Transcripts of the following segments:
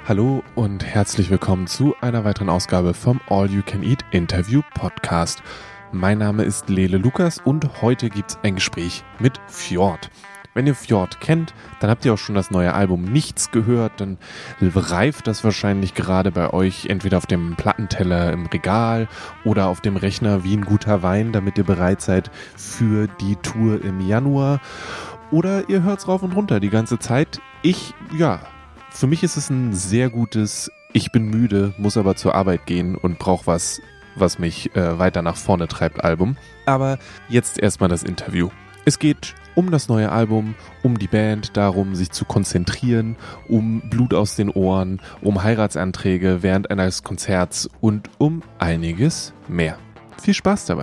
Hallo und herzlich willkommen zu einer weiteren Ausgabe vom All You Can Eat Interview Podcast. Mein Name ist Lele Lukas und heute gibt's ein Gespräch mit Fjord. Wenn ihr Fjord kennt, dann habt ihr auch schon das neue Album Nichts gehört, dann reift das wahrscheinlich gerade bei euch entweder auf dem Plattenteller im Regal oder auf dem Rechner wie ein guter Wein, damit ihr bereit seid für die Tour im Januar. Oder ihr hört's rauf und runter die ganze Zeit. Für mich ist es ein sehr gutes, ich bin müde, muss aber zur Arbeit gehen und brauche was mich weiter nach vorne treibt Album. Aber jetzt erstmal das Interview. Es geht um das neue Album, um die Band, darum, sich zu konzentrieren, um Blut aus den Ohren, um Heiratsanträge während eines Konzerts und um einiges mehr. Viel Spaß dabei!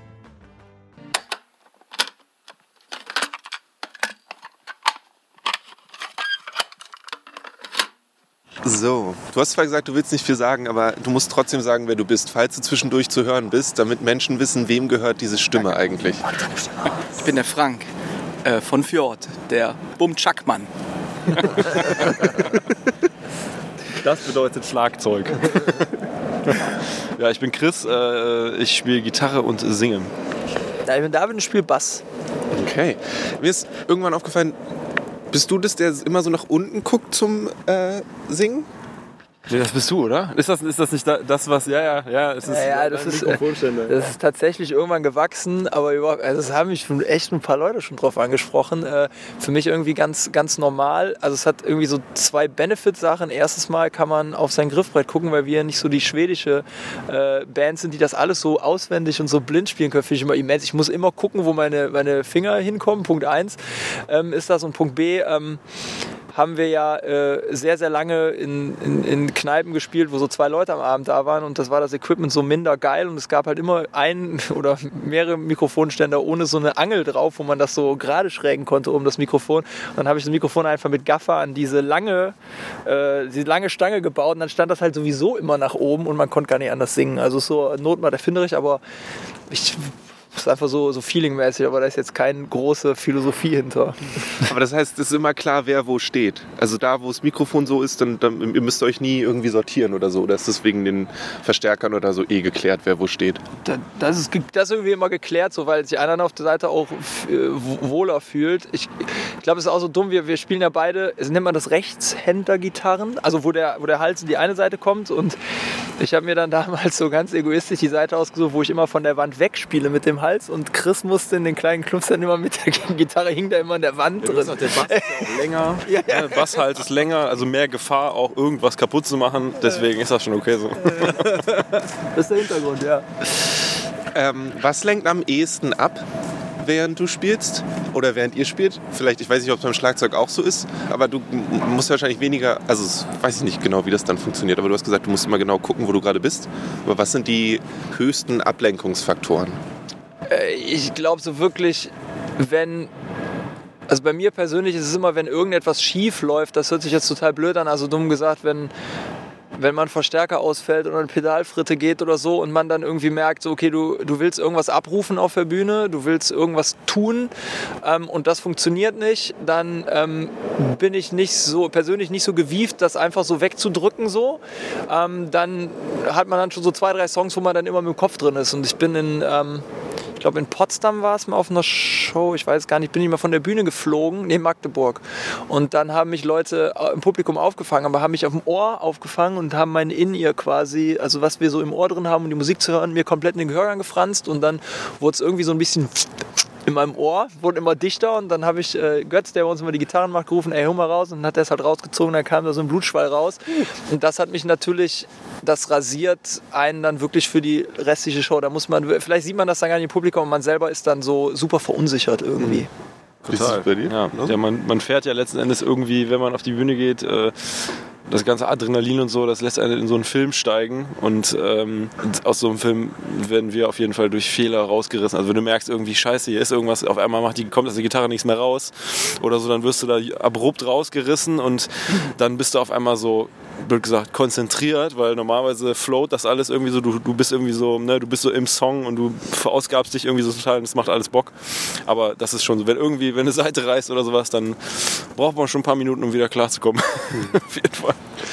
So, du hast zwar gesagt, du willst nicht viel sagen, aber du musst trotzdem sagen, wer du bist, falls du zwischendurch zu hören bist, damit Menschen wissen, wem gehört diese Stimme eigentlich. Ich bin der Frank von Fjord, der Bum-Chuck-Mann. Das bedeutet Schlagzeug. Ja, ich bin Chris, ich spiele Gitarre und singe. Ja, ich bin David und spiele Bass. Okay, mir ist irgendwann aufgefallen, bist du das, der immer so nach unten guckt zum Singen? Nee, das bist du, oder? Ist das nicht das, was... Ja, es ist das ist tatsächlich irgendwann gewachsen, aber es haben mich echt ein paar Leute schon drauf angesprochen. Für mich irgendwie ganz, ganz normal. Also es hat irgendwie so zwei Benefit-Sachen. Erstes Mal kann man auf sein Griffbrett gucken, weil wir nicht so die schwedische Band sind, die das alles so auswendig und so blind spielen können. Finde ich immer immens. Ich muss immer gucken, wo meine Finger hinkommen. Punkt 1 ist das. Und Punkt B... haben wir ja sehr, sehr lange in Kneipen gespielt, wo so 2 Leute am Abend da waren und das war das Equipment so minder geil und es gab halt immer ein oder mehrere Mikrofonständer ohne so eine Angel drauf, wo man das so gerade schrägen konnte um das Mikrofon. Und dann habe ich das Mikrofon einfach mit Gaffer an diese lange Stange gebaut und dann stand das halt sowieso immer nach oben und man konnte gar nicht anders singen. Also so Notmat erfinderisch, aber das ist einfach so feelingmäßig, aber da ist jetzt keine große Philosophie hinter. Aber das heißt, es ist immer klar, wer wo steht. Also da, wo das Mikrofon so ist, dann ihr müsst euch nie irgendwie sortieren oder so. Oder ist das wegen den Verstärkern oder so geklärt, wer wo steht? Das ist irgendwie immer geklärt, so, weil sich einer auf der Seite auch wohler fühlt. Ich glaube, es ist auch so dumm, wir spielen ja beide, es nennt man das Rechtshänder-Gitarren, also wo der Hals in die eine Seite kommt und ich habe mir dann damals so ganz egoistisch die Seite ausgesucht, wo ich immer von der Wand wegspiele mit dem Hals und Chris musste in den kleinen Clubs dann immer mit der Gitarre, hing da immer in der Wand drin. Der Bass ist ja auch länger, Der Basshals ist länger, also mehr Gefahr auch irgendwas kaputt zu machen, deswegen ist das schon okay so. Das ist der Hintergrund, ja. Was lenkt am ehesten ab, während du spielst oder während ihr spielt? Vielleicht, ich weiß nicht, ob es beim Schlagzeug auch so ist, aber du musst wahrscheinlich weniger, also weiß ich nicht genau, wie das dann funktioniert, aber du hast gesagt, du musst immer genau gucken, wo du gerade bist. Aber was sind die höchsten Ablenkungsfaktoren? Ich glaube so wirklich, also bei mir persönlich ist es immer, wenn irgendetwas schief läuft, das hört sich jetzt total blöd an, also dumm gesagt, wenn man Verstärker ausfällt oder eine Pedalfritte geht oder so und man dann irgendwie merkt, so, okay, du willst irgendwas abrufen auf der Bühne, du willst irgendwas tun und das funktioniert nicht, dann bin ich persönlich nicht so gewieft, das einfach so wegzudrücken so. Dann hat man dann schon so 2, 3 Songs, wo man dann immer mit dem Kopf drin ist und ich bin ich glaube in Potsdam war es mal auf einer Show, ich weiß gar nicht, bin ich mal von der Bühne geflogen, Magdeburg. Und dann haben mich Leute im Publikum aufgefangen, aber haben mich auf dem Ohr aufgefangen und haben mein In-Ear quasi, also was wir so im Ohr drin haben, um die Musik zu hören, mir komplett in den Gehörgang gefranst und dann wurde es irgendwie so ein bisschen in meinem Ohr, wurde immer dichter und dann habe ich Götz, der bei uns immer die Gitarren macht, gerufen, ey, hör mal raus und dann hat er es halt rausgezogen, dann kam da so ein Blutschwall raus und das hat mich natürlich, das rasiert einen dann wirklich für die restliche Show, da muss man, vielleicht sieht man das dann gar nicht im Publikum und man selber ist dann so super verunsichert irgendwie. Total. Bei dir? Ja, man fährt ja letzten Endes irgendwie, wenn man auf die Bühne geht, das ganze Adrenalin und so, das lässt einen in so einen Film steigen und aus so einem Film werden wir auf jeden Fall durch Fehler rausgerissen. Also wenn du merkst irgendwie, scheiße, hier ist irgendwas, auf einmal kommt aus der Gitarre nichts mehr raus oder so, dann wirst du da abrupt rausgerissen und dann bist du auf einmal so, blöd gesagt, konzentriert, weil normalerweise float das alles irgendwie so, du bist irgendwie so, ne, du bist so im Song und du verausgabst dich irgendwie so total und das macht alles Bock. Aber das ist schon so, wenn eine Seite reißt oder sowas, dann braucht man schon ein paar Minuten, um wieder klarzukommen. Auf jeden Fall.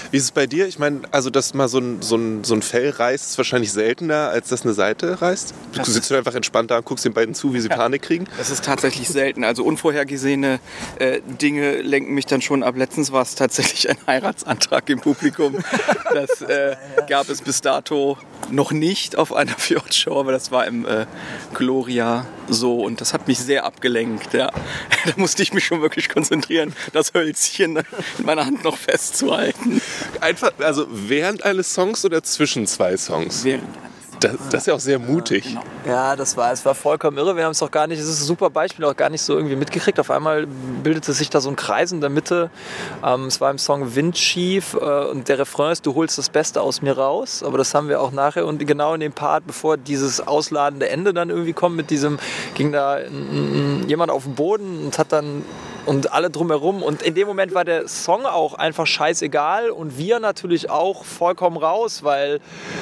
Wie ist es bei dir? Ich meine, also dass mal so ein Fell reißt, ist wahrscheinlich seltener, als dass eine Seite reißt. Du sitzt einfach entspannt da und guckst den beiden zu, wie sie Panik kriegen. Das ist tatsächlich selten. Also unvorhergesehene Dinge lenken mich dann schon ab. Letztens war es tatsächlich ein Heiratsantrag im Publikum. Das gab es bis dato noch nicht auf einer Fjordshow, aber das war im Gloria so und das hat mich sehr abgelenkt. Ja. Da musste ich mich schon wirklich konzentrieren, das Hölzchen in meiner Hand noch festzuhalten. Einfach, also während eines Songs oder zwischen zwei Songs? Während. Das ist ja auch sehr mutig. Genau. Ja, es war vollkommen irre. Wir haben es doch gar nicht, es ist ein super Beispiel, auch gar nicht so irgendwie mitgekriegt. Auf einmal bildete sich da so ein Kreis in der Mitte. Es war im Song Windschief und der Refrain ist, du holst das Beste aus mir raus. Aber das haben wir auch nachher und genau in dem Part, bevor dieses ausladende Ende dann irgendwie kommt, mit diesem, ging da jemand auf den Boden und hat dann und alle drumherum. Und in dem Moment war der Song auch einfach scheißegal und wir natürlich auch vollkommen raus, weil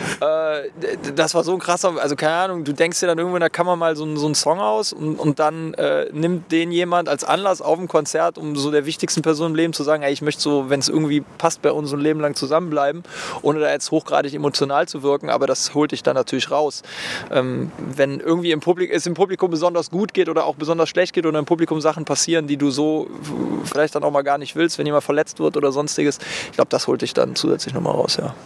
das war so ein krasser, also keine Ahnung, du denkst dir dann irgendwo in der Kammer mal so einen Song aus und dann nimmt den jemand als Anlass auf ein Konzert, um so der wichtigsten Person im Leben zu sagen, ey, ich möchte so, wenn es irgendwie passt, bei uns ein Leben lang zusammenbleiben, ohne da jetzt hochgradig emotional zu wirken, aber das holt dich dann natürlich raus. Wenn irgendwie im Publikum besonders gut geht oder auch besonders schlecht geht oder im Publikum Sachen passieren, die du so vielleicht dann auch mal gar nicht willst, wenn jemand verletzt wird oder sonstiges. Ich glaube, das holt dich dann zusätzlich nochmal raus, ja.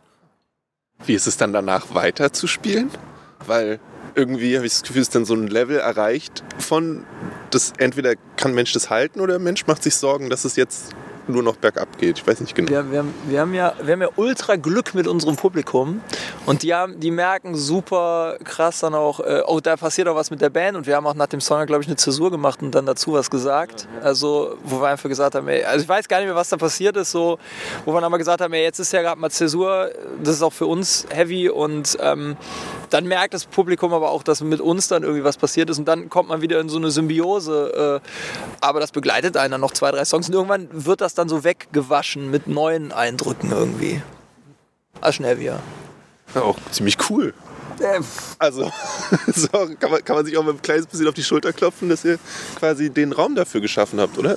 Wie ist es dann danach weiter zu spielen? Weil irgendwie habe ich das Gefühl, es ist dann so ein Level erreicht von, das entweder kann Mensch das halten oder Mensch macht sich Sorgen, dass es jetzt nur noch bergab geht. Ich weiß nicht genau. Wir haben ja ultra Glück mit unserem Publikum und die merken super krass dann auch, oh, da passiert auch was mit der Band und wir haben auch nach dem Song, glaube ich, eine Zäsur gemacht und dann dazu was gesagt. Also, wo wir einfach gesagt haben, ey, also ich weiß gar nicht mehr, was da passiert ist, so, wo wir dann mal gesagt haben, ey, jetzt ist ja gerade mal Zäsur, das ist auch für uns heavy und dann merkt das Publikum aber auch, dass mit uns dann irgendwie was passiert ist und dann kommt man wieder in so eine Symbiose, aber das begleitet einen dann noch 2, 3 Songs und irgendwann wird das dann so weggewaschen mit neuen Eindrücken irgendwie. Also schon heavier. Ja, auch ziemlich cool. Also, so kann man sich auch mal ein kleines bisschen auf die Schulter klopfen, dass ihr quasi den Raum dafür geschaffen habt, oder?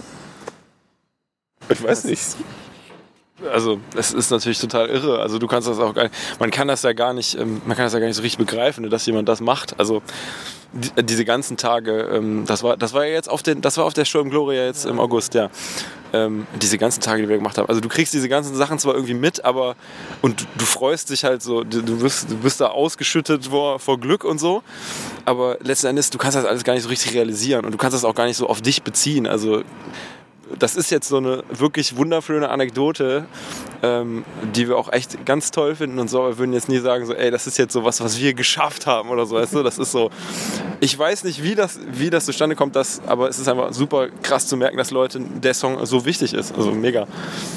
Ich weiß nicht. Also es ist natürlich total irre. Also du kannst das auch gar nicht, man kann das ja gar nicht so richtig begreifen, dass jemand das macht. Also diese ganzen Tage, das war jetzt auf der Show im Gloria jetzt im August, ja. Diese ganzen Tage, die wir gemacht haben. Also du kriegst diese ganzen Sachen zwar irgendwie mit, aber und du freust dich halt so, du bist da ausgeschüttet vor Glück und so, aber letzten Endes, du kannst das alles gar nicht so richtig realisieren und du kannst das auch gar nicht so auf dich beziehen. Also das ist jetzt so eine wirklich wunderschöne Anekdote, die wir auch echt ganz toll finden und so, aber wir würden jetzt nie sagen, so, ey, das ist jetzt so was wir geschafft haben oder so, weißt du? Das ist so, ich weiß nicht, wie das zustande kommt, aber es ist einfach super krass zu merken, dass Leuten der Song so wichtig ist, also mega.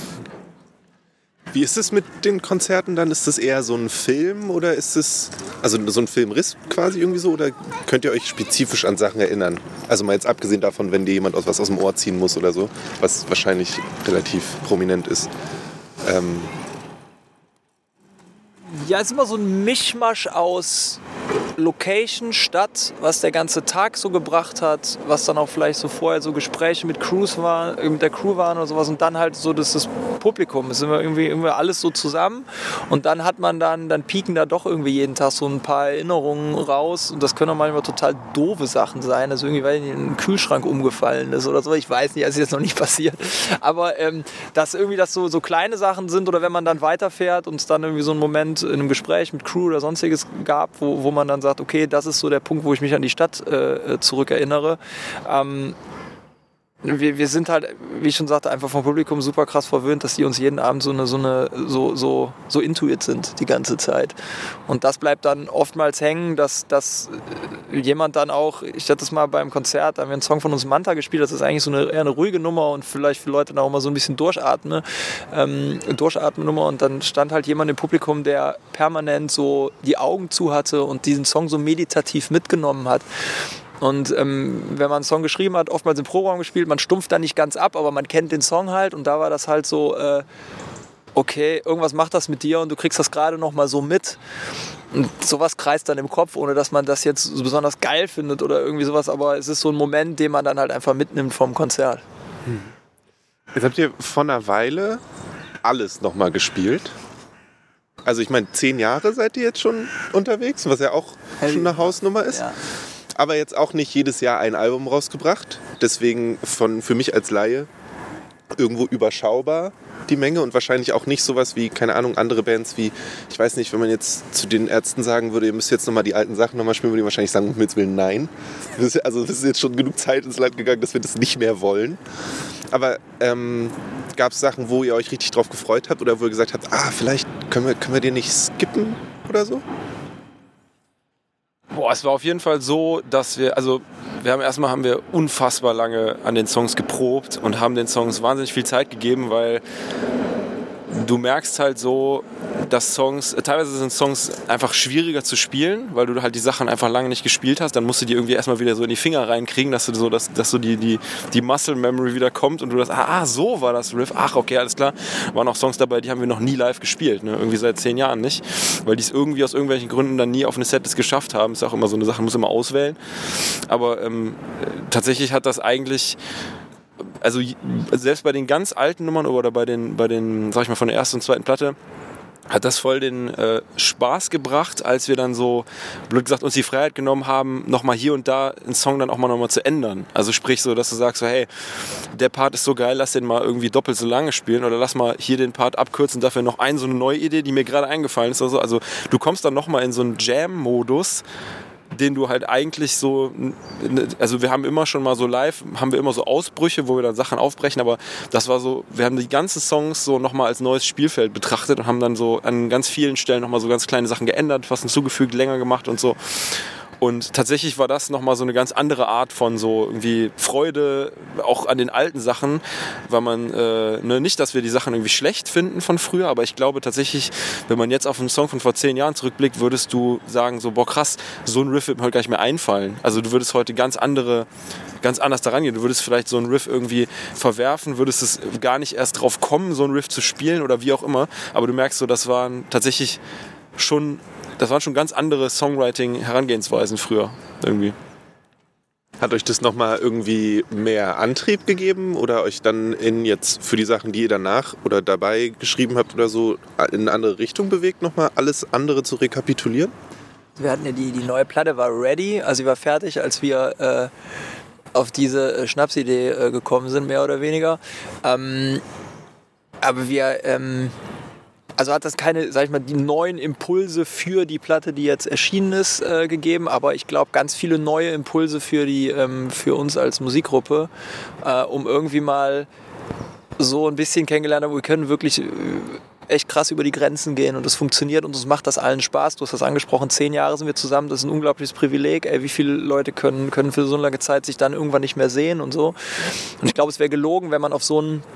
Wie ist es mit den Konzerten dann? Ist das eher so ein Film oder ist es also so ein Filmriss quasi irgendwie so oder könnt ihr euch spezifisch an Sachen erinnern? Also mal jetzt abgesehen davon, wenn dir jemand was aus dem Ohr ziehen muss oder so, was wahrscheinlich relativ prominent ist. Ja, es ist immer so ein Mischmasch aus Location, Stadt, was der ganze Tag so gebracht hat, was dann auch vielleicht so vorher so Gespräche mit der Crew waren oder sowas und dann halt so das Publikum. Es ist immer irgendwie alles so zusammen und dann hat man dann pieken da doch irgendwie jeden Tag so ein paar Erinnerungen raus und das können auch manchmal total doofe Sachen sein, also irgendwie, weil ein Kühlschrank umgefallen ist oder so, ich weiß nicht, das ist jetzt noch nicht passiert, aber dass irgendwie das so kleine Sachen sind oder wenn man dann weiterfährt und es dann irgendwie so einen Moment in einem Gespräch mit Crew oder sonstiges gab, wo man dann sagt, okay, das ist so der Punkt, wo ich mich an die Stadt zurückerinnere. Wir sind halt, wie ich schon sagte, einfach vom Publikum super krass verwöhnt, dass die uns jeden Abend so intuit sind die ganze Zeit. Und das bleibt dann oftmals hängen, dass jemand dann auch, ich hatte das mal beim Konzert, da haben wir einen Song von uns Manta gespielt, das ist eigentlich so eher eine ruhige Nummer und vielleicht für Leute dann auch mal so ein bisschen Durchatmennummer und dann stand halt jemand im Publikum, der permanent so die Augen zu hatte und diesen Song so meditativ mitgenommen hat. Und wenn man einen Song geschrieben hat, oftmals im Proberaum gespielt, man stumpft dann nicht ganz ab, aber man kennt den Song halt und da war das halt so, okay, irgendwas macht das mit dir und du kriegst das gerade noch mal so mit. Und sowas kreist dann im Kopf, ohne dass man das jetzt so besonders geil findet oder irgendwie sowas, aber es ist so ein Moment, den man dann halt einfach mitnimmt vom Konzert. Jetzt habt ihr vor einer Weile alles nochmal gespielt. Also ich meine, 10 Jahre seid ihr jetzt schon unterwegs, was ja auch schon eine Hausnummer ist. Ja. Aber jetzt auch nicht jedes Jahr ein Album rausgebracht. Deswegen für mich als Laie irgendwo überschaubar die Menge und wahrscheinlich auch nicht sowas wie, keine Ahnung, andere Bands wie, ich weiß nicht, wenn man jetzt zu den Ärzten sagen würde, ihr müsst jetzt nochmal die alten Sachen nochmal spielen, würde die wahrscheinlich sagen, um Himmels Willen, nein. Das ist jetzt schon genug Zeit ins Land gegangen, dass wir das nicht mehr wollen. Aber gab es Sachen, wo ihr euch richtig drauf gefreut habt oder wo ihr gesagt habt, vielleicht können wir den nicht skippen oder so? Boah, es war auf jeden Fall so, dass wir haben wir unfassbar lange an den Songs geprobt und haben den Songs wahnsinnig viel Zeit gegeben, weil du merkst halt so, dass teilweise sind Songs einfach schwieriger zu spielen, weil du halt die Sachen einfach lange nicht gespielt hast, dann musst du die irgendwie erstmal wieder so in die Finger reinkriegen, dass so die Muscle Memory wieder kommt und du das, so war das Riff, okay, alles klar. Waren auch Songs dabei, die haben wir noch nie live gespielt, ne? Irgendwie seit 10 Jahren nicht, weil die es irgendwie aus irgendwelchen Gründen dann nie auf eine Setlist geschafft haben. Ist auch immer so eine Sache, man muss immer auswählen. Aber tatsächlich hat das eigentlich, also selbst bei den ganz alten Nummern oder bei den, sag ich mal, von der ersten und zweiten Platte, hat das voll den Spaß gebracht, als wir dann so, blöd gesagt, uns die Freiheit genommen haben, nochmal hier und da einen Song dann auch mal nochmal zu ändern. Also sprich so, dass du sagst so, hey, der Part ist so geil, lass den mal irgendwie doppelt so lange spielen oder lass mal hier den Part abkürzen, dafür noch so eine neue Idee, die mir gerade eingefallen ist oder so. Also du kommst dann nochmal in so einen Jam-Modus, den du halt eigentlich so, also wir haben immer schon mal so live, haben wir immer so Ausbrüche, wo wir dann Sachen aufbrechen, aber das war so, wir haben die ganzen Songs so nochmal als neues Spielfeld betrachtet und haben dann so an ganz vielen Stellen nochmal so ganz kleine Sachen geändert, was hinzugefügt, länger gemacht und so. Und tatsächlich war das nochmal so eine ganz andere Art von so irgendwie Freude auch an den alten Sachen, weil man, nicht, dass wir die Sachen irgendwie schlecht finden von früher, aber ich glaube tatsächlich, wenn man jetzt auf einen Song von vor 10 Jahren zurückblickt, würdest du sagen so, boah krass, so ein Riff wird mir heute gar nicht mehr einfallen. Also du würdest heute ganz anders daran gehen. Du würdest vielleicht so einen Riff irgendwie verwerfen, würdest es gar nicht erst drauf kommen, so einen Riff zu spielen oder wie auch immer, aber du merkst so, das waren schon ganz andere Songwriting-Herangehensweisen früher irgendwie. Hat euch das nochmal irgendwie mehr Antrieb gegeben oder euch dann jetzt für die Sachen, die ihr danach oder dabei geschrieben habt oder so, in eine andere Richtung bewegt, nochmal alles andere zu rekapitulieren? Wir hatten ja die neue Platte war ready, also sie war fertig, als wir auf diese Schnapsidee gekommen sind, mehr oder weniger. Aber wir... Also hat das keine, sag ich mal, die neuen Impulse für die Platte, die jetzt erschienen ist, gegeben, aber ich glaube ganz viele neue Impulse für uns als Musikgruppe, um irgendwie mal so ein bisschen kennengelernt haben, wir können wirklich echt krass über die Grenzen gehen und es funktioniert und uns macht das allen Spaß. Du hast das angesprochen, 10 Jahre sind wir zusammen, das ist ein unglaubliches Privileg. Wie viele Leute können für so eine lange Zeit sich dann irgendwann nicht mehr sehen und so. Und ich glaube, es wäre gelogen, wenn man auf so einen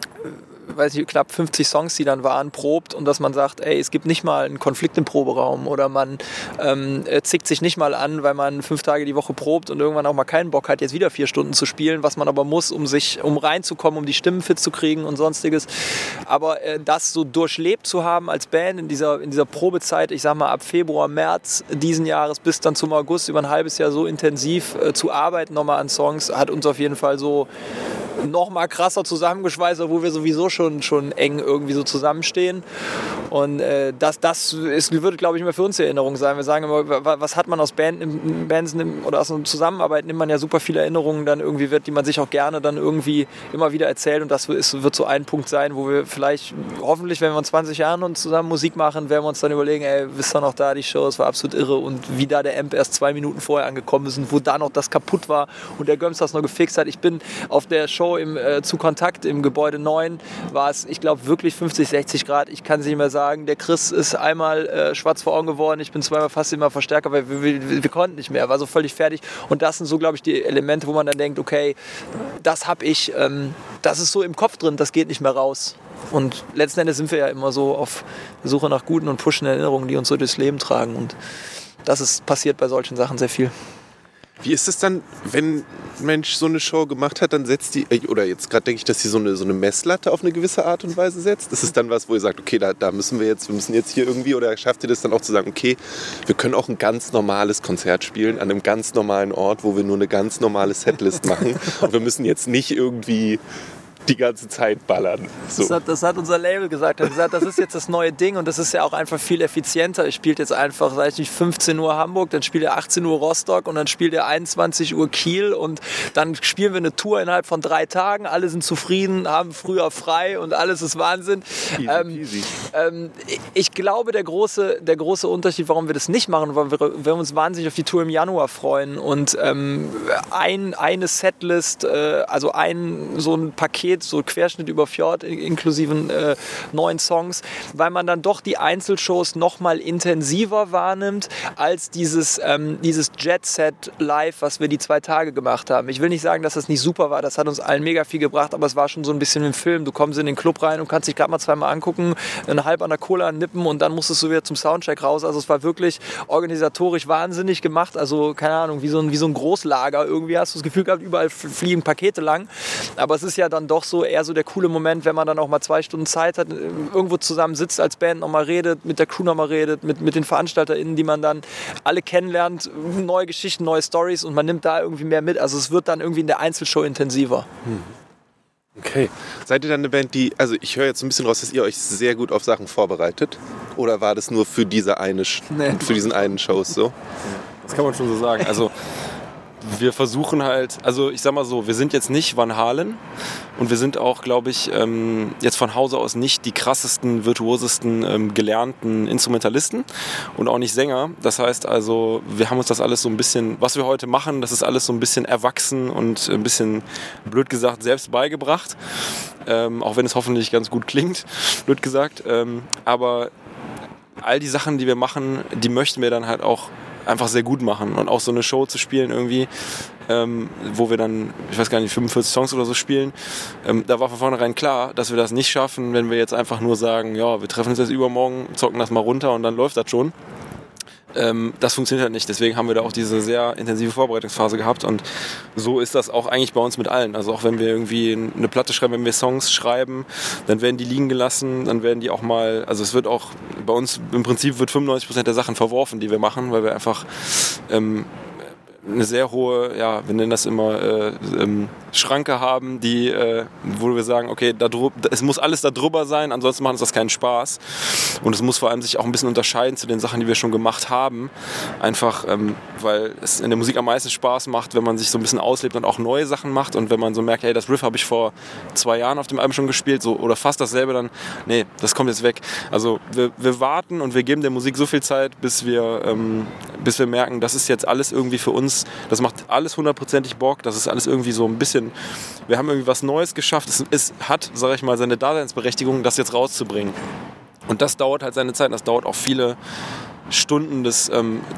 knapp 50 Songs, die dann waren, probt und dass man sagt, es gibt nicht mal einen Konflikt im Proberaum oder man zickt sich nicht mal an, weil man 5 Tage die Woche probt und irgendwann auch mal keinen Bock hat, jetzt wieder 4 Stunden zu spielen, was man aber muss, um reinzukommen, um die Stimmen fit zu kriegen und sonstiges. Aber das so durchlebt zu haben als Band in dieser Probezeit, ich sag mal ab Februar, März diesen Jahres bis dann zum August über ein halbes Jahr so intensiv zu arbeiten nochmal an Songs, hat uns auf jeden Fall so noch mal krasser zusammengeschweißt, wo wir sowieso schon eng irgendwie so zusammenstehen. Und das würde, glaube ich, immer für uns die Erinnerung sein. Wir sagen immer, was hat man aus Bands oder aus einer Zusammenarbeit, nimmt man ja super viele Erinnerungen dann irgendwie die man sich auch gerne dann irgendwie immer wieder erzählt. Und das wird so ein Punkt sein, wo wir vielleicht, hoffentlich, wenn wir in 20 Jahren uns zusammen Musik machen, werden wir uns dann überlegen, wisst ihr noch da, die Show, es war absolut irre. Und wie da der Amp erst 2 Minuten vorher angekommen ist und wo da noch das kaputt war und der Göms das noch gefixt hat. Ich bin auf der Show zu Kontakt im Gebäude 9, war es, ich glaube, wirklich 50, 60 Grad. Ich kann es nicht mehr sagen. Der Chris ist einmal schwarz vor Augen geworden. Ich bin zweimal fast immer Verstärker, weil wir konnten nicht mehr. War so völlig fertig. Und das sind so, glaube ich, die Elemente, wo man dann denkt, okay, das habe ich, das ist so im Kopf drin, das geht nicht mehr raus. Und letzten Endes sind wir ja immer so auf der Suche nach guten und pushenden Erinnerungen, die uns so durchs Leben tragen. Und das passiert bei solchen Sachen sehr viel. Wie ist es dann, wenn ein Mensch so eine Show gemacht hat, dann setzt die, oder jetzt gerade denke ich, dass sie so eine Messlatte auf eine gewisse Art und Weise setzt? Ist es dann was, wo ihr sagt, okay, da müssen wir müssen jetzt hier irgendwie, oder schafft ihr das dann auch zu sagen, okay, wir können auch ein ganz normales Konzert spielen, an einem ganz normalen Ort, wo wir nur eine ganz normale Setlist machen und wir müssen jetzt nicht irgendwie die ganze Zeit ballern. So. Das hat unser Label gesagt. Er hat gesagt, das ist jetzt das neue Ding und das ist ja auch einfach viel effizienter. Ich spiele jetzt einfach, weiß ich nicht, 15 Uhr Hamburg, dann spielt er 18 Uhr Rostock und dann spielt er 21 Uhr Kiel und dann spielen wir eine Tour innerhalb von 3 Tagen. Alle sind zufrieden, haben früher frei und alles ist Wahnsinn. Easy. Ich glaube, der große Unterschied, warum wir das nicht machen, weil wir uns wahnsinnig auf die Tour im Januar freuen und eine Setlist, also so ein Paket, so Querschnitt über Fjord inklusive 9 Songs, weil man dann doch die Einzelshows noch mal intensiver wahrnimmt als dieses Jet-Set live, was wir die 2 Tage gemacht haben. Ich will nicht sagen, dass das nicht super war, das hat uns allen mega viel gebracht, aber es war schon so ein bisschen wie ein Film. Du kommst in den Club rein und kannst dich gerade mal zweimal angucken, halb an der Cola nippen und dann musstest du wieder zum Soundcheck raus. Also es war wirklich organisatorisch wahnsinnig gemacht. Also keine Ahnung, wie so ein Großlager. Irgendwie hast du das Gefühl gehabt, überall fliegen Pakete lang. Aber es ist ja dann doch so eher so der coole Moment, wenn man dann auch mal 2 Stunden Zeit hat, irgendwo zusammen sitzt als Band, nochmal redet, mit der Crew nochmal redet, mit den VeranstalterInnen, die man dann alle kennenlernt, neue Geschichten, neue Storys und man nimmt da irgendwie mehr mit. Also es wird dann irgendwie in der Einzelshow intensiver. Okay. Seid ihr dann eine Band, also ich höre jetzt ein bisschen raus, dass ihr euch sehr gut auf Sachen vorbereitet? Oder war das nur für diesen einen Shows so? Das kann man schon so sagen. Also wir versuchen halt, also ich sag mal so, wir sind jetzt nicht Van Halen und wir sind auch, glaube ich, jetzt von Hause aus nicht die krassesten, virtuosesten, gelernten Instrumentalisten und auch nicht Sänger. Das heißt also, wir haben uns das alles so ein bisschen, was wir heute machen, das ist alles so ein bisschen erwachsen und ein bisschen, blöd gesagt, selbst beigebracht. Auch wenn es hoffentlich ganz gut klingt, blöd gesagt. Aber all die Sachen, die wir machen, die möchten wir dann halt auch einfach sehr gut machen und auch so eine Show zu spielen irgendwie, wo wir dann, ich weiß gar nicht, 45 Songs oder so spielen, da war von vornherein klar, dass wir das nicht schaffen, wenn wir jetzt einfach nur sagen, ja, wir treffen uns jetzt übermorgen, zocken das mal runter und dann läuft das schon. Das funktioniert halt nicht, deswegen haben wir da auch diese sehr intensive Vorbereitungsphase gehabt und so ist das auch eigentlich bei uns mit allen. Also auch wenn wir irgendwie eine Platte schreiben, wenn wir Songs schreiben, dann werden die liegen gelassen, dann werden die auch mal, also es wird auch, bei uns im Prinzip wird 95% der Sachen verworfen, die wir machen, weil wir einfach eine sehr hohe, ja, wir nennen das immer Schranke haben, die, wo wir sagen, okay, es muss alles da drüber sein, ansonsten macht uns das keinen Spaß. Und es muss vor allem sich auch ein bisschen unterscheiden zu den Sachen, die wir schon gemacht haben. Einfach, weil es in der Musik am meisten Spaß macht, wenn man sich so ein bisschen auslebt und auch neue Sachen macht. Und wenn man so merkt, hey, das Riff habe ich vor 2 Jahren auf dem Album schon gespielt, so, oder fast dasselbe, dann, nee, das kommt jetzt weg. Also wir warten und wir geben der Musik so viel Zeit, bis wir merken, das ist jetzt alles irgendwie für uns, das macht alles 100%ig Bock, das ist alles irgendwie so ein bisschen, wir haben irgendwie was Neues geschafft, es hat, sage ich mal, seine Daseinsberechtigung, das jetzt rauszubringen. Und das dauert halt seine Zeit, das dauert auch viele Stunden des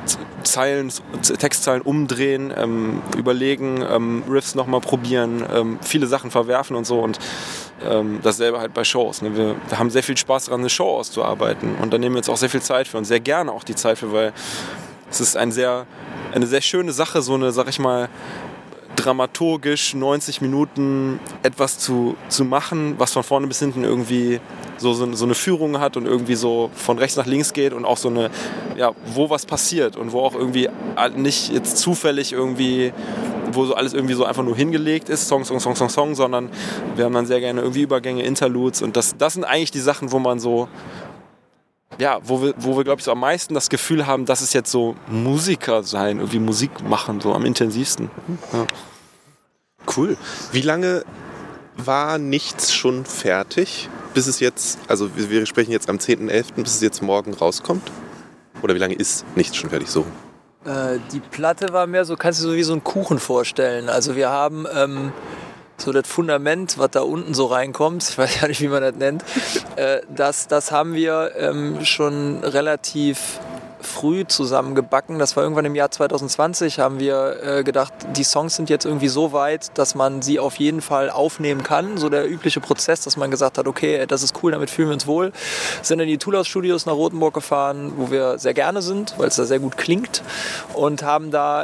Textzeilen umdrehen, überlegen, Riffs nochmal probieren, viele Sachen verwerfen und so und dasselbe halt bei Shows. Ne? Wir haben sehr viel Spaß daran, eine Show auszuarbeiten und da nehmen wir jetzt auch sehr viel Zeit für und sehr gerne auch die Zeit für, weil es ist eine sehr schöne Sache, so eine, sag ich mal, dramaturgisch 90 Minuten etwas zu machen, was von vorne bis hinten irgendwie so eine Führung hat und irgendwie so von rechts nach links geht und auch so eine, ja, wo was passiert und wo auch irgendwie nicht jetzt zufällig irgendwie, wo so alles irgendwie so einfach nur hingelegt ist, Song, sondern wir haben dann sehr gerne irgendwie Übergänge, Interludes und das sind eigentlich die Sachen, wo man so, ja, wo wir glaube ich, so am meisten das Gefühl haben, das ist jetzt so Musiker sein, irgendwie Musik machen, so am intensivsten. Ja. Cool. Wie lange war nichts schon fertig, bis es jetzt, also wir sprechen jetzt am 10.11., bis es jetzt morgen rauskommt? Oder wie lange ist nichts schon fertig so? Die Platte war mehr so, kannst du dir so wie so einen Kuchen vorstellen. Also wir haben so das Fundament, was da unten so reinkommt, ich weiß ja nicht, wie man das nennt, das haben wir schon relativ früh zusammengebacken. Das war irgendwann im Jahr 2020, haben wir gedacht, die Songs sind jetzt irgendwie so weit, dass man sie auf jeden Fall aufnehmen kann. So der übliche Prozess, dass man gesagt hat, okay, das ist cool, damit fühlen wir uns wohl. Sind in die Toolhouse-Studios nach Rothenburg gefahren, wo wir sehr gerne sind, weil es da sehr gut klingt und haben da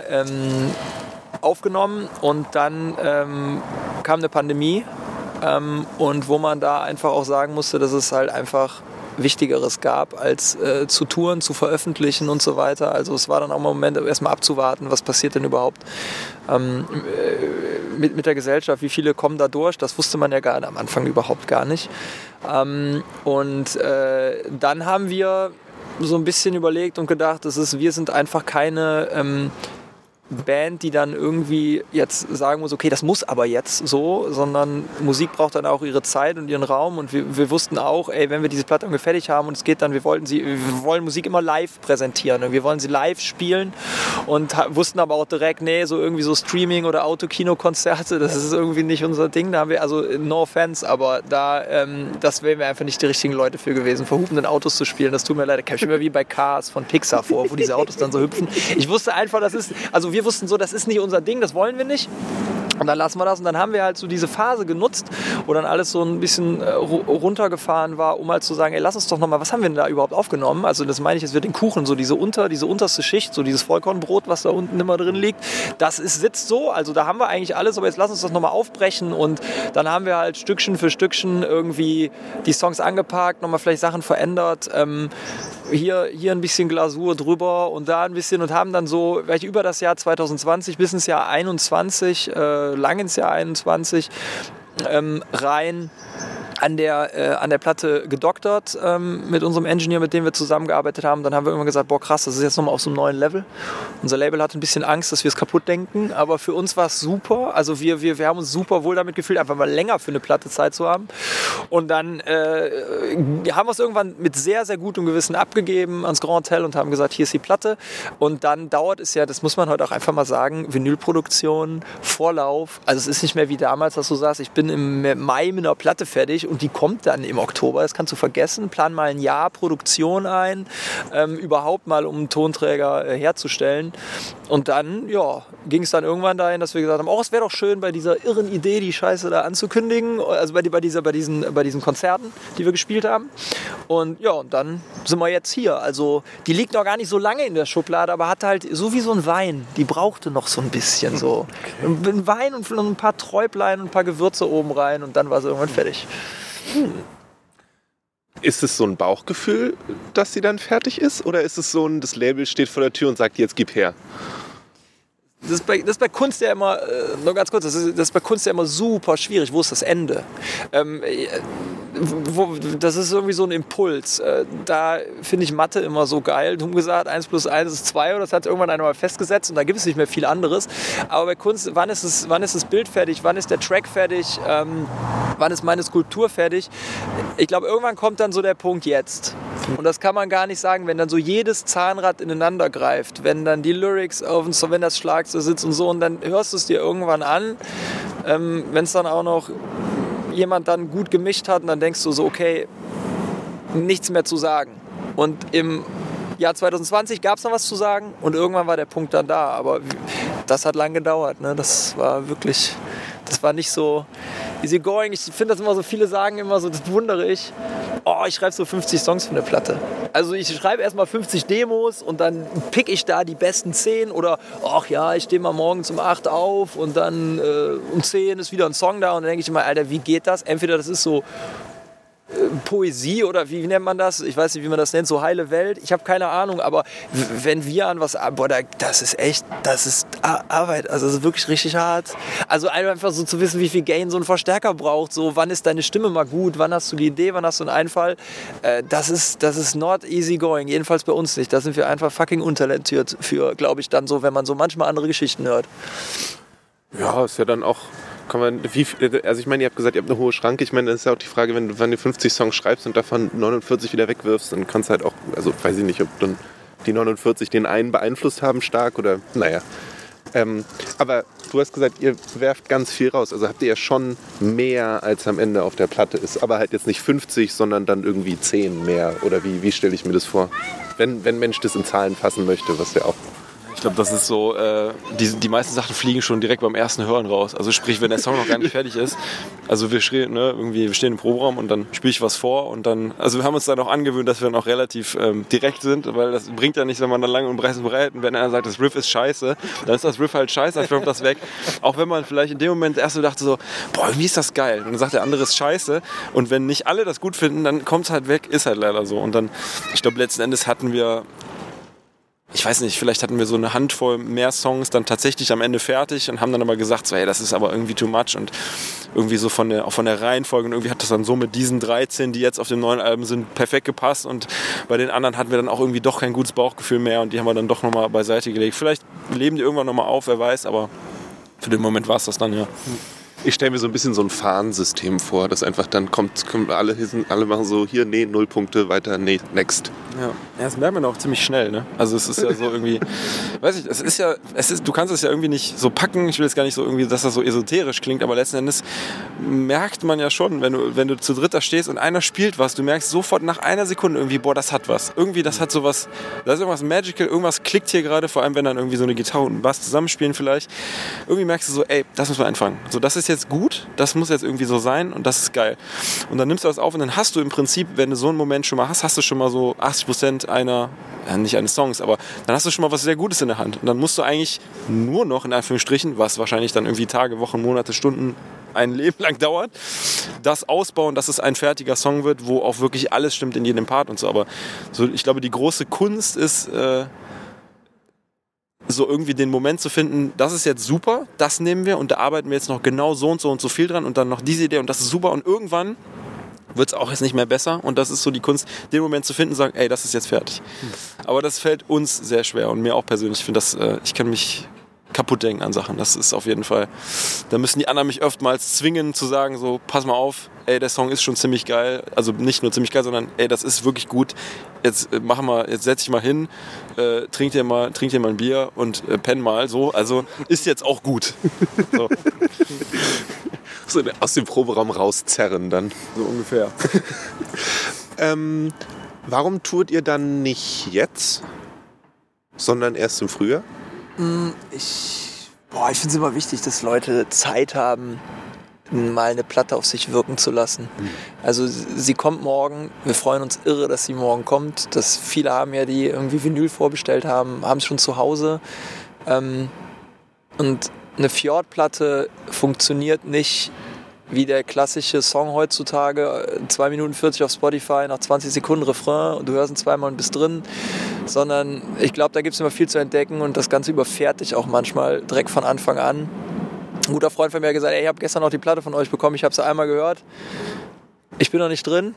aufgenommen und dann kam eine Pandemie und wo man da einfach auch sagen musste, dass es halt einfach Wichtigeres gab, als zu touren, zu veröffentlichen und so weiter. Also es war dann auch mal ein Moment, erstmal abzuwarten, was passiert denn überhaupt mit der Gesellschaft, wie viele kommen da durch, das wusste man ja gerade am Anfang überhaupt gar nicht. Dann haben wir so ein bisschen überlegt und gedacht, wir sind einfach keine Band, die dann irgendwie jetzt sagen muss, okay, das muss aber jetzt so, sondern Musik braucht dann auch ihre Zeit und ihren Raum und wir wussten auch, wenn wir diese Platte fertig haben und es geht dann, wir wollen Musik immer live präsentieren und wir wollen sie live spielen und wussten aber auch direkt, so irgendwie so Streaming oder Autokino-Konzerte, das ist irgendwie nicht unser Ding, da haben wir, also no offense, aber das wären wir einfach nicht die richtigen Leute für gewesen, vor hupenden Autos zu spielen, das tut mir leid, da kam ich mir wie bei Cars von Pixar vor, wo diese Autos dann so hüpfen. Ich wusste einfach, wir wussten so, das ist nicht unser Ding, das wollen wir nicht. Und dann lassen wir das und dann haben wir halt so diese Phase genutzt, wo dann alles so ein bisschen runtergefahren war, um halt zu sagen, lass uns doch nochmal, was haben wir denn da überhaupt aufgenommen? Also das meine ich jetzt, wir den Kuchen, so diese unterste Schicht, so dieses Vollkornbrot, was da unten immer drin liegt, das sitzt so, also da haben wir eigentlich alles, aber jetzt lass uns das nochmal aufbrechen und dann haben wir halt Stückchen für Stückchen irgendwie die Songs angepackt, nochmal vielleicht Sachen verändert, hier ein bisschen Glasur drüber und da ein bisschen und haben dann so, vielleicht über das Jahr 2020 bis ins Jahr 21, lang ins Jahr 21, rein an der Platte gedoktert mit unserem Engineer, mit dem wir zusammengearbeitet haben. Dann haben wir irgendwann gesagt, boah krass, das ist jetzt nochmal auf so einem neuen Level. Unser Label hatte ein bisschen Angst, dass wir es kaputt denken, aber für uns war es super. Also wir haben uns super wohl damit gefühlt, einfach mal länger für eine Platte Zeit zu haben. Und dann haben wir es irgendwann mit sehr, sehr gutem Gewissen abgegeben ans Grand Hotel und haben gesagt, hier ist die Platte. Und dann dauert es ja, das muss man heute auch einfach mal sagen, Vinylproduktion, Vorlauf. Also es ist nicht mehr wie damals, dass du sagst, ich bin im Mai mit einer Platte fertig und die kommt dann im Oktober. Das kannst du vergessen. Plan mal ein Jahr Produktion ein, überhaupt mal, um einen Tonträger herzustellen. Und dann, ging es dann irgendwann dahin, dass wir gesagt haben, es wäre doch schön, bei dieser irren Idee, die Scheiße da anzukündigen, also bei diesen Konzerten, die wir gespielt haben. Und und dann sind wir jetzt hier. Also die liegt noch gar nicht so lange in der Schublade, aber hatte halt so wie so ein Wein. Die brauchte noch so ein bisschen so. Okay. Ein Wein und ein paar Träublein und ein paar Gewürze oben rein und dann war sie irgendwann fertig. Ist es so ein Bauchgefühl, dass sie dann fertig ist? Oder ist es so das Label steht vor der Tür und sagt, jetzt gib her? Das ist bei Kunst ja immer, nur ganz kurz, das ist bei Kunst ja immer super schwierig. Wo ist das Ende? Das ist irgendwie so ein Impuls. Da finde ich Mathe immer so geil. Dumm gesagt, 1 + 1 ist 2 oder das hat irgendwann einmal festgesetzt und da gibt es nicht mehr viel anderes. Aber bei Kunst, wann ist das Bild fertig? Wann ist der Track fertig? Wann ist meine Skulptur fertig? Ich glaube, irgendwann kommt dann so der Punkt jetzt. Und das kann man gar nicht sagen, wenn dann so jedes Zahnrad ineinander greift, wenn dann die Lyrics wenn das Schlagzeug sitzt und so und dann hörst du es dir irgendwann an, wenn es dann auch noch jemand dann gut gemischt hat und dann denkst du so, okay, nichts mehr zu sagen. Und im Jahr 2020 gab es noch was zu sagen und irgendwann war der Punkt dann da, aber das hat lang gedauert, ne? Das war nicht so easy going. Ich finde das immer so, viele sagen immer so, das bewundere ich. Ich schreibe so 50 Songs für eine Platte. Also ich schreibe erstmal 50 Demos und dann pick ich da die besten 10 oder ich stehe mal morgens um 8 auf und dann um 10 ist wieder ein Song da und dann denke ich immer, Alter, wie geht das? Entweder das ist so Poesie oder wie nennt man das? Ich weiß nicht, wie man das nennt, so heile Welt. Ich habe keine Ahnung, aber wenn wir an was, das ist Arbeit. Also das ist wirklich richtig hart. Also einfach so zu wissen, wie viel Gain so ein Verstärker braucht. So, wann ist deine Stimme mal gut? Wann hast du die Idee? Wann hast du einen Einfall? Das ist not easy going. Jedenfalls bei uns nicht. Da sind wir einfach fucking untalentiert für, glaube ich, dann so, wenn man so manchmal andere Geschichten hört. Ja, ist ja dann auch... Also ich meine, ihr habt gesagt, ihr habt eine hohe Schranke. Ich meine, das ist ja auch die Frage, wenn du 50 Songs schreibst und davon 49 wieder wegwirfst, dann kannst du halt auch, also weiß ich nicht, ob dann die 49 den einen beeinflusst haben stark oder, naja. Aber du hast gesagt, ihr werft ganz viel raus. Also habt ihr ja schon mehr, als am Ende auf der Platte ist. Aber halt jetzt nicht 50, sondern dann irgendwie 10 mehr. Oder wie stelle ich mir das vor? Wenn Mensch das in Zahlen fassen möchte, was ja auch... glaube, das ist so, die meisten Sachen fliegen schon direkt beim ersten Hören raus. Also sprich, wenn der Song noch gar nicht fertig ist. Also wir stehen im Proberaum und dann spiele ich was vor und dann, also wir haben uns dann auch angewöhnt, dass wir dann auch relativ direkt sind, weil das bringt ja nichts, wenn man dann lange und breit und wenn einer sagt, das Riff ist scheiße, dann ist das Riff halt scheiße, dann droppt das weg. Auch wenn man vielleicht in dem Moment erst so dachte so, boah, wie ist das geil? Und dann sagt der andere, ist scheiße. Und wenn nicht alle das gut finden, dann kommt es halt weg, ist halt leider so. Und dann, ich glaube, letzten Endes hatten wir, ich weiß nicht, vielleicht hatten wir so eine Handvoll mehr Songs dann tatsächlich am Ende fertig und haben dann aber gesagt, so, hey, das ist aber irgendwie too much und irgendwie so von der Reihenfolge und irgendwie hat das dann so mit diesen 13, die jetzt auf dem neuen Album sind, perfekt gepasst und bei den anderen hatten wir dann auch irgendwie doch kein gutes Bauchgefühl mehr und die haben wir dann doch nochmal beiseite gelegt. Vielleicht leben die irgendwann nochmal auf, wer weiß, aber für den Moment war es das dann, ja. Ich stelle mir so ein bisschen so ein Fahnensystem vor, dass einfach dann kommen alle machen so, hier, nee, 0 Punkte, weiter, nee, next. Ja, das merkt man auch ziemlich schnell, ne? Also es ist ja so irgendwie, weiß ich, du kannst es ja irgendwie nicht so packen, ich will jetzt gar nicht so irgendwie, dass das so esoterisch klingt, aber letzten Endes merkt man ja schon, wenn du zu dritt da stehst und einer spielt was, du merkst sofort nach einer Sekunde irgendwie, boah, das hat was. Irgendwie, das hat sowas, da ist irgendwas magical, irgendwas klickt hier gerade, vor allem wenn dann irgendwie so eine Gitarre und ein Bass zusammenspielen vielleicht. Irgendwie merkst du so, ey, das müssen wir einfangen. So, das ist jetzt gut, das muss jetzt irgendwie so sein und das ist geil. Und dann nimmst du das auf und dann hast du im Prinzip, wenn du so einen Moment schon mal hast du schon mal so 80% nicht eines Songs, aber dann hast du schon mal was sehr Gutes in der Hand. Und dann musst du eigentlich nur noch, in Anführungsstrichen, was wahrscheinlich dann irgendwie Tage, Wochen, Monate, Stunden, ein Leben lang dauert, das ausbauen, dass es ein fertiger Song wird, wo auch wirklich alles stimmt in jedem Part und so. Aber so, ich glaube, die große Kunst ist, so irgendwie den Moment zu finden, das ist jetzt super, das nehmen wir und da arbeiten wir jetzt noch genau so und so viel dran und dann noch diese Idee und das ist super und irgendwann wird es auch jetzt nicht mehr besser und das ist so die Kunst, den Moment zu finden und sagen, ey, das ist jetzt fertig. Aber das fällt uns sehr schwer und mir auch persönlich. Ich finde das, ich kann mich kaputt denken an Sachen, das ist auf jeden Fall, da müssen die anderen mich oftmals zwingen zu sagen, so, pass mal auf, ey, der Song ist schon ziemlich geil, also nicht nur ziemlich geil, sondern ey, das ist wirklich gut, jetzt setz dich mal hin, trink dir mal ein Bier und penn mal, so, also ist jetzt auch gut. So. So aus dem Proberaum rauszerren dann. So ungefähr. Warum tourt ihr dann nicht jetzt, sondern erst im Frühjahr? Ich finde es immer wichtig, dass Leute Zeit haben, mal eine Platte auf sich wirken zu lassen. Also sie kommt morgen, wir freuen uns irre, dass sie morgen kommt. Viele haben ja, die irgendwie Vinyl vorbestellt haben es schon zu Hause. Und eine Fjord-Platte funktioniert nicht wie der klassische Song heutzutage, 2 Minuten 40 auf Spotify, nach 20 Sekunden Refrain und du hörst ihn zweimal und bist drin, sondern ich glaube, da gibt es immer viel zu entdecken und das Ganze überfährt dich auch manchmal direkt von Anfang an. Ein guter Freund von mir hat gesagt, ey, ich habe gestern noch die Platte von euch bekommen, ich habe sie einmal gehört, ich bin noch nicht drin.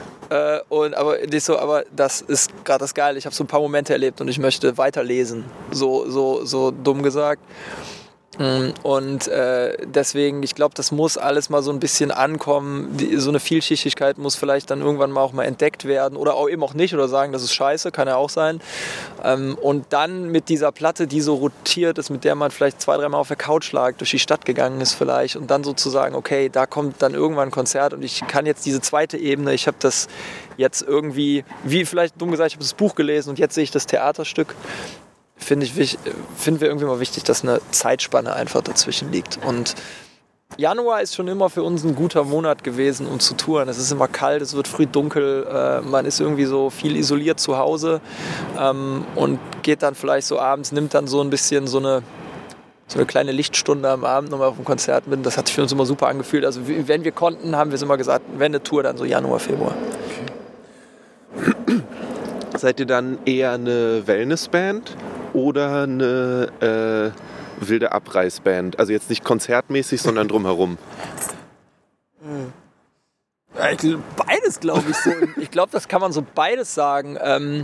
Aber das ist gerade das Geile, ich habe so ein paar Momente erlebt und ich möchte weiterlesen, so dumm gesagt. Und deswegen, ich glaube, das muss alles mal so ein bisschen ankommen. So eine Vielschichtigkeit muss vielleicht dann irgendwann mal auch mal entdeckt werden oder auch eben auch nicht oder sagen, das ist scheiße, kann ja auch sein. Und dann mit dieser Platte, die so rotiert ist, mit der man vielleicht 2-3 Mal auf der Couch lag, durch die Stadt gegangen ist vielleicht und dann sozusagen, okay, da kommt dann irgendwann ein Konzert und ich kann jetzt diese zweite Ebene, ich habe das jetzt irgendwie, wie vielleicht dumm gesagt, ich habe das Buch gelesen und jetzt sehe ich das Theaterstück. Finden wir irgendwie mal wichtig, dass eine Zeitspanne einfach dazwischen liegt. Und Januar ist schon immer für uns ein guter Monat gewesen, um zu touren. Es ist immer kalt, es wird früh dunkel, man ist irgendwie so viel isoliert zu Hause und geht dann vielleicht so abends, nimmt dann so ein bisschen so eine kleine Lichtstunde am Abend nochmal auf dem Konzert mit. Das hat sich für uns immer super angefühlt. Also wenn wir konnten, haben wir es immer gesagt, wenn eine Tour, dann so Januar, Februar. Okay. Seid ihr dann eher eine Wellnessband oder eine wilde Abreißband? Also jetzt nicht konzertmäßig, sondern drumherum. Beides, glaube ich so. Ich glaube, das kann man so beides sagen.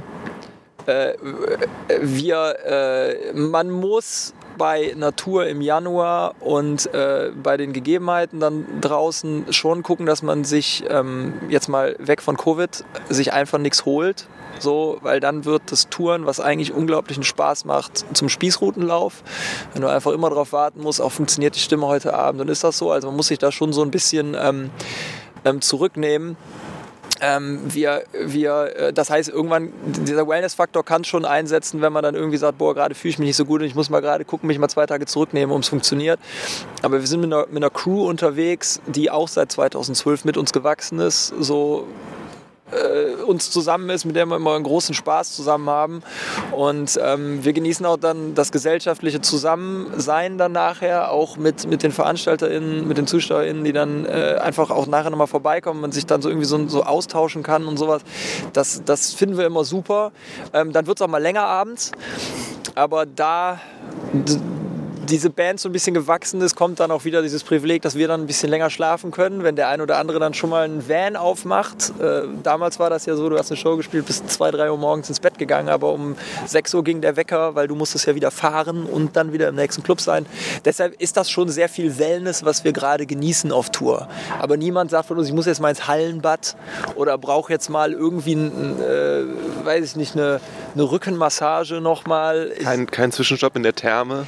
Man muss bei Natur im Januar und bei den Gegebenheiten dann draußen schon gucken, dass man sich jetzt mal weg von Covid sich einfach nichts holt. So, weil dann wird das Touren, was eigentlich unglaublichen Spaß macht, zum Spießrutenlauf. Wenn du einfach immer darauf warten musst, auch funktioniert die Stimme heute Abend, dann ist das so. Also man muss sich da schon so ein bisschen zurücknehmen. Das heißt, irgendwann, dieser Wellness-Faktor kann schon einsetzen, wenn man dann irgendwie sagt, boah, gerade fühle ich mich nicht so gut und ich muss mal gerade gucken, mich mal 2 Tage zurücknehmen, um es funktioniert. Aber wir sind mit einer Crew unterwegs, die auch seit 2012 mit uns gewachsen ist, so uns zusammen ist, mit der wir immer einen großen Spaß zusammen haben. Und wir genießen auch dann das gesellschaftliche Zusammensein dann nachher, auch mit den VeranstalterInnen, mit den ZuschauerInnen, die dann einfach auch nachher nochmal vorbeikommen und sich dann so irgendwie so austauschen kann und sowas. Das finden wir immer super. Dann wird es auch mal länger abends, aber da diese Band so ein bisschen gewachsen ist, kommt dann auch wieder dieses Privileg, dass wir dann ein bisschen länger schlafen können, wenn der ein oder andere dann schon mal einen Van aufmacht. Damals war das ja so, du hast eine Show gespielt, bis 2, 3 Uhr morgens ins Bett gegangen, aber um 6 Uhr ging der Wecker, weil du musstest ja wieder fahren und dann wieder im nächsten Club sein. Deshalb ist das schon sehr viel Wellness, was wir gerade genießen auf Tour. Aber niemand sagt von uns, ich muss jetzt mal ins Hallenbad oder brauche jetzt mal irgendwie, weiß ich nicht, eine Rückenmassage nochmal. Kein Zwischenstopp in der Therme?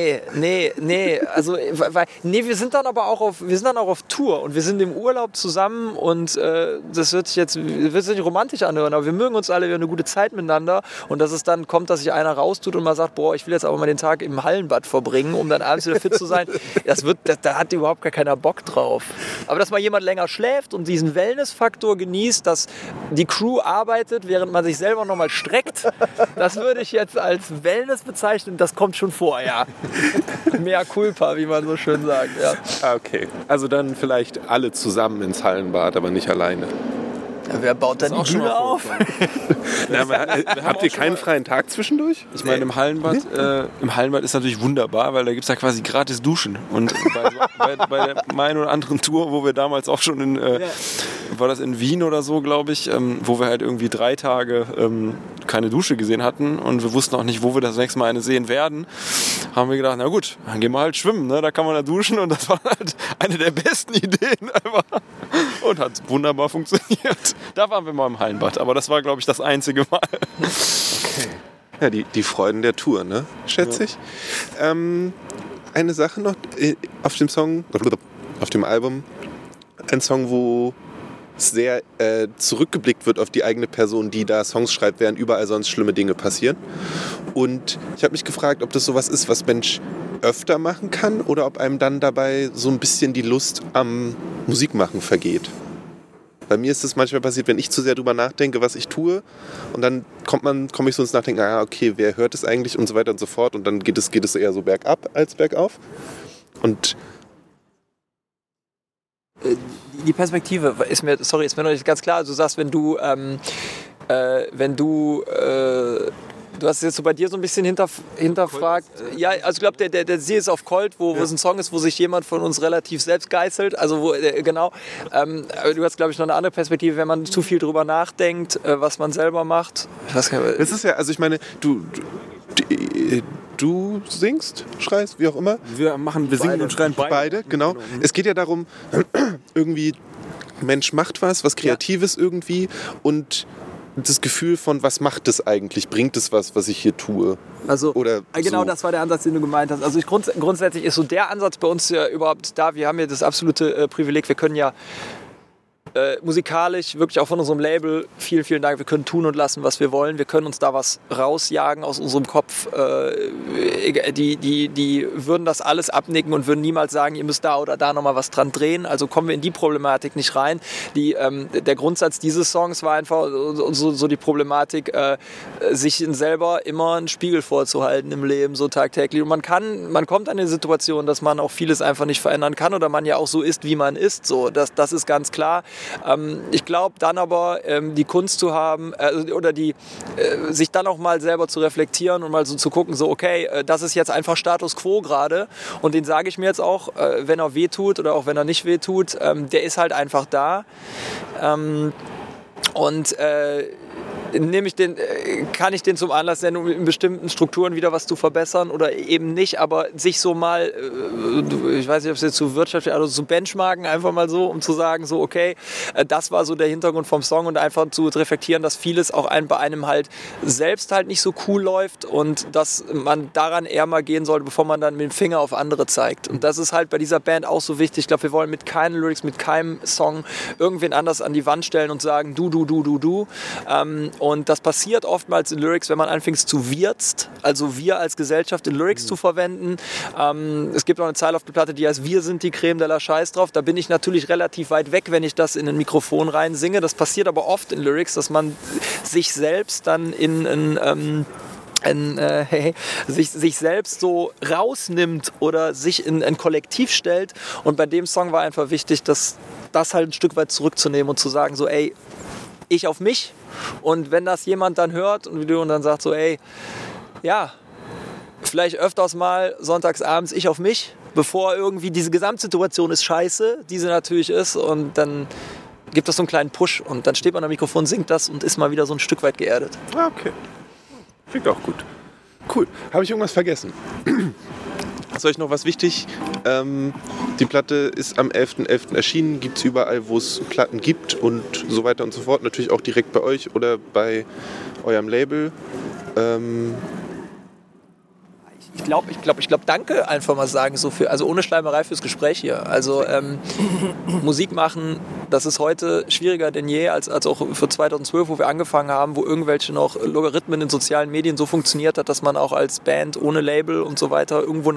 Nee, also wir sind dann aber auch auf Tour und wir sind im Urlaub zusammen und das wird sich romantisch anhören, aber wir mögen uns alle, wir haben eine gute Zeit miteinander und dass es dann kommt, dass sich einer raustut und mal sagt, boah, ich will jetzt aber mal den Tag im Hallenbad verbringen, um dann abends wieder fit zu sein, da hat überhaupt gar keiner Bock drauf. Aber dass mal jemand länger schläft und diesen Wellness-Faktor genießt, dass die Crew arbeitet, während man sich selber nochmal streckt, das würde ich jetzt als Wellness bezeichnen, das kommt schon vor, ja. Mea culpa, wie man so schön sagt. Ja. Okay, also dann vielleicht alle zusammen ins Hallenbad, aber nicht alleine. Ja, wer baut dann die Bühne auf? Habt ihr keinen freien Tag zwischendurch? Ich meine, im Hallenbad ist natürlich wunderbar, weil da gibt es ja quasi gratis Duschen. Und bei der meinen oder anderen Tour, wo wir damals auch schon war das in Wien oder so, glaube ich, wo wir halt irgendwie 3 Tage keine Dusche gesehen hatten und wir wussten auch nicht, wo wir das nächste Mal eine sehen werden, haben wir gedacht, na gut, dann gehen wir halt schwimmen, ne? Da kann man da duschen und das war halt eine der besten Ideen ever und hat wunderbar funktioniert. Da waren wir mal im Hallenbad, aber das war, glaube ich, das einzige Mal. Okay. Ja, die Freuden der Tour, ne? Schätze ich. Eine Sache noch auf dem Album, ein Song, wo sehr zurückgeblickt wird auf die eigene Person, die da Songs schreibt, während überall sonst schlimme Dinge passieren. Und ich habe mich gefragt, ob das sowas ist, was Mensch öfter machen kann oder ob einem dann dabei so ein bisschen die Lust am Musikmachen vergeht. Bei mir ist es manchmal passiert, wenn ich zu sehr drüber nachdenke, was ich tue, und dann komme ich so ins Nachdenken, okay, wer hört es eigentlich und so weiter und so fort, und dann geht es eher so bergab als bergauf. Und die Perspektive ist mir noch nicht ganz klar. Also du sagst, wenn du du hast es jetzt so bei dir so ein bisschen hinterfragt. Ja, also ich glaube, der See ist auf Colt, wo es ein Song ist, wo sich jemand von uns relativ selbst geißelt. Also genau. Aber du hast, glaube ich, noch eine andere Perspektive, wenn man zu viel drüber nachdenkt, was man selber macht. Das ist ja, also ich meine, du singst, schreist, wie auch immer. Wir singen und schreien beide, genau. Es geht ja darum, irgendwie, Mensch macht was Kreatives irgendwie, und das Gefühl von, was macht es eigentlich? Bringt es was ich hier tue? Also, oder genau, so. Das war der Ansatz, den du gemeint hast. Also grundsätzlich ist so der Ansatz bei uns ja überhaupt da. Wir haben ja das absolute Privileg, wir können ja musikalisch wirklich auch von unserem Label, vielen, vielen Dank, wir können tun und lassen, was wir wollen. Wir können uns da was rausjagen aus unserem Kopf. Die würden das alles abnicken und würden niemals sagen, ihr müsst da oder da nochmal was dran drehen. Also kommen wir in die Problematik nicht rein. Der Grundsatz dieses Songs war einfach so die Problematik, sich selber immer einen Spiegel vorzuhalten im Leben, so tagtäglich. Und man kommt an eine Situation, dass man auch vieles einfach nicht verändern kann oder man ja auch so ist, wie man ist. So, das ist ganz klar. Ich glaube dann aber, die Kunst zu haben oder sich dann auch mal selber zu reflektieren und mal so zu gucken, so okay, das ist jetzt einfach Status Quo gerade und den sage ich mir jetzt auch, wenn er wehtut oder auch wenn er nicht wehtut, der ist halt einfach da. kann ich den zum Anlass nennen, um in bestimmten Strukturen wieder was zu verbessern oder eben nicht, aber sich so mal, ich weiß nicht, ob es jetzt zu wirtschaftlich, also zu benchmarken, einfach mal so, um zu sagen, so okay, das war so der Hintergrund vom Song und einfach zu reflektieren, dass vieles auch bei einem halt selbst halt nicht so cool läuft und dass man daran eher mal gehen sollte, bevor man dann mit dem Finger auf andere zeigt. Und das ist halt bei dieser Band auch so wichtig. Ich glaube, wir wollen mit keinen Lyrics, mit keinem Song irgendwen anders an die Wand stellen und sagen, du. Und das passiert oftmals in Lyrics, wenn man anfängt zu wirzt, also wir als Gesellschaft in Lyrics zu verwenden. Es gibt auch eine Zeile auf der Platte, die heißt, wir sind die Creme de la Scheiß drauf. Da bin ich natürlich relativ weit weg, wenn ich das in ein Mikrofon rein singe. Das passiert aber oft in Lyrics, dass man sich selbst dann sich selbst so rausnimmt oder sich in ein Kollektiv stellt. Und bei dem Song war einfach wichtig, das halt ein Stück weit zurückzunehmen und zu sagen, so ey, ich auf mich. Und wenn das jemand dann hört und dann sagt so, ey, ja, vielleicht öfters mal sonntagsabends ich auf mich, bevor irgendwie diese Gesamtsituation ist scheiße, die sie natürlich ist, und dann gibt das so einen kleinen Push und dann steht man am Mikrofon, singt das und ist mal wieder so ein Stück weit geerdet. Okay. Klingt auch gut. Cool. Habe ich irgendwas vergessen? Ist euch noch was wichtig? Die Platte ist am 11.11. erschienen. Gibt es überall, wo es Platten gibt und so weiter und so fort. Natürlich auch direkt bei euch oder bei eurem Label. Ich glaube, danke einfach mal sagen, also ohne Schleimerei fürs Gespräch hier. Also Musik machen, das ist heute schwieriger denn je, als auch für 2012, wo wir angefangen haben, wo irgendwelche noch Logarithmen in sozialen Medien so funktioniert hat, dass man auch als Band ohne Label und so weiter irgendwo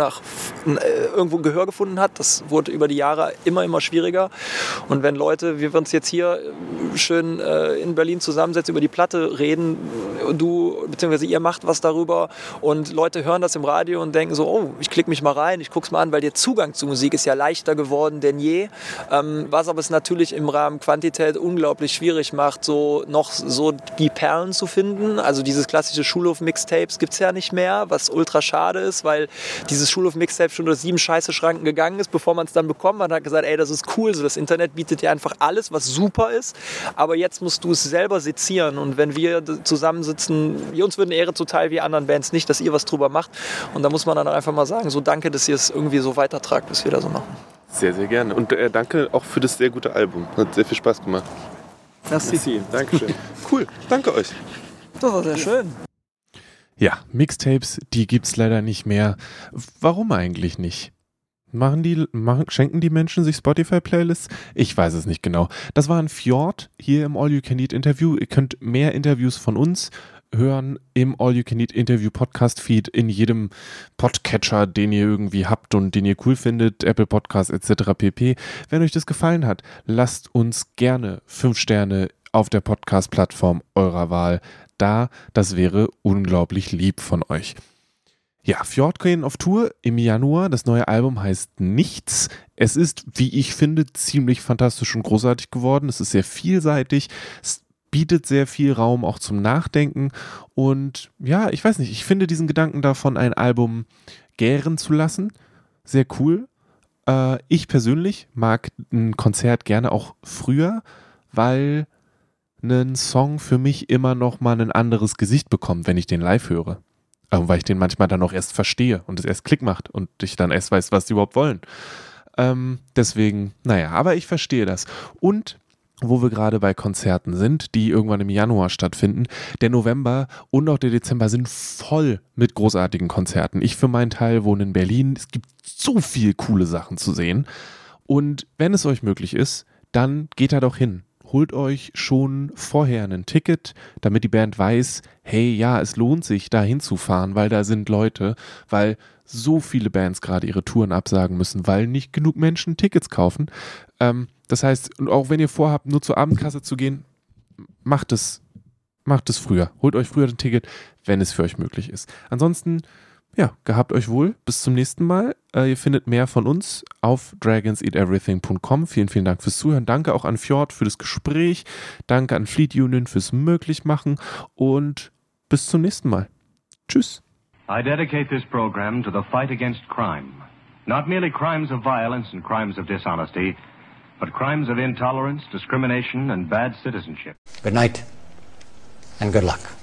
Gehör gefunden hat. Das wurde über die Jahre immer schwieriger. Und wenn Leute, wir uns jetzt hier schön in Berlin zusammensetzen, über die Platte reden, du bzw. ihr macht was darüber und Leute hören das im Radio und denken so, oh, ich klicke mich mal rein, ich guck's mal an, weil der Zugang zu Musik ist ja leichter geworden denn je, was aber es natürlich im Rahmen Quantität unglaublich schwierig macht, so die Perlen zu finden. Also dieses klassische Schulhof-Mixtapes gibt's ja nicht mehr, was ultra schade ist, weil dieses Schulhof-Mixtape schon durch 7 Scheiße-Schranken gegangen ist, bevor man es dann bekommen hat, hat gesagt, ey, das ist cool, so das Internet bietet dir einfach alles, was super ist, aber jetzt musst du es selber sezieren, und wenn wir zusammensitzen, uns würden Ehre zuteil wie anderen Bands nicht, dass ihr was drüber macht, und da muss man dann einfach mal sagen, so danke, dass ihr es irgendwie so weitertragt, bis wir da so machen. Sehr, sehr gerne. Und danke auch für das sehr gute Album. Hat sehr viel Spaß gemacht. Merci. Dankeschön. Cool, danke euch. Das war sehr schön. Ja, Mixtapes, die gibt's leider nicht mehr. Warum eigentlich nicht? Schenken die Menschen sich Spotify-Playlists? Ich weiß es nicht genau. Das war ein Fjord hier im All-You-Can-Eat-Interview. Ihr könnt mehr Interviews von uns hören im All-You-Can-Eat-Interview-Podcast-Feed, in jedem Podcatcher, den ihr irgendwie habt und den ihr cool findet, Apple Podcasts etc. pp. Wenn euch das gefallen hat, lasst uns gerne 5 Sterne auf der Podcast-Plattform eurer Wahl da. Das wäre unglaublich lieb von euch. Ja, Fjord gehen auf Tour im Januar. Das neue Album heißt Nichts. Es ist, wie ich finde, ziemlich fantastisch und großartig geworden. Es ist sehr vielseitig. Es bietet sehr viel Raum auch zum Nachdenken. Und ja, ich weiß nicht, ich finde diesen Gedanken davon, ein Album gären zu lassen, sehr cool. Ich persönlich mag ein Konzert gerne auch früher, weil ein Song für mich immer noch mal ein anderes Gesicht bekommt, wenn ich den live höre. Weil ich den manchmal dann auch erst verstehe und es erst Klick macht und ich dann erst weiß, was die überhaupt wollen. Deswegen, naja, aber ich verstehe das. Und wo wir gerade bei Konzerten sind, die irgendwann im Januar stattfinden, der November und auch der Dezember sind voll mit großartigen Konzerten. Ich für meinen Teil wohne in Berlin. Es gibt so viele coole Sachen zu sehen. Und wenn es euch möglich ist, dann geht da doch hin. Holt euch schon vorher ein Ticket, damit die Band weiß, hey, ja, es lohnt sich, da hinzufahren, weil da sind Leute, weil so viele Bands gerade ihre Touren absagen müssen, weil nicht genug Menschen Tickets kaufen. Das heißt, und auch wenn ihr vorhabt, nur zur Abendkasse zu gehen, macht es früher. Holt euch früher ein Ticket, wenn es für euch möglich ist. Ansonsten, ja, gehabt euch wohl. Bis zum nächsten Mal. Ihr findet mehr von uns auf dragonseateverything.com. Vielen, vielen Dank fürs Zuhören. Danke auch an Fjord für das Gespräch. Danke an Fleet Union fürs Möglichmachen. Und bis zum nächsten Mal. Tschüss. I dedicate this program to the fight against crime. Not merely crimes of violence and crimes of dishonesty, but crimes of intolerance, discrimination, and bad citizenship. Good night, and good luck.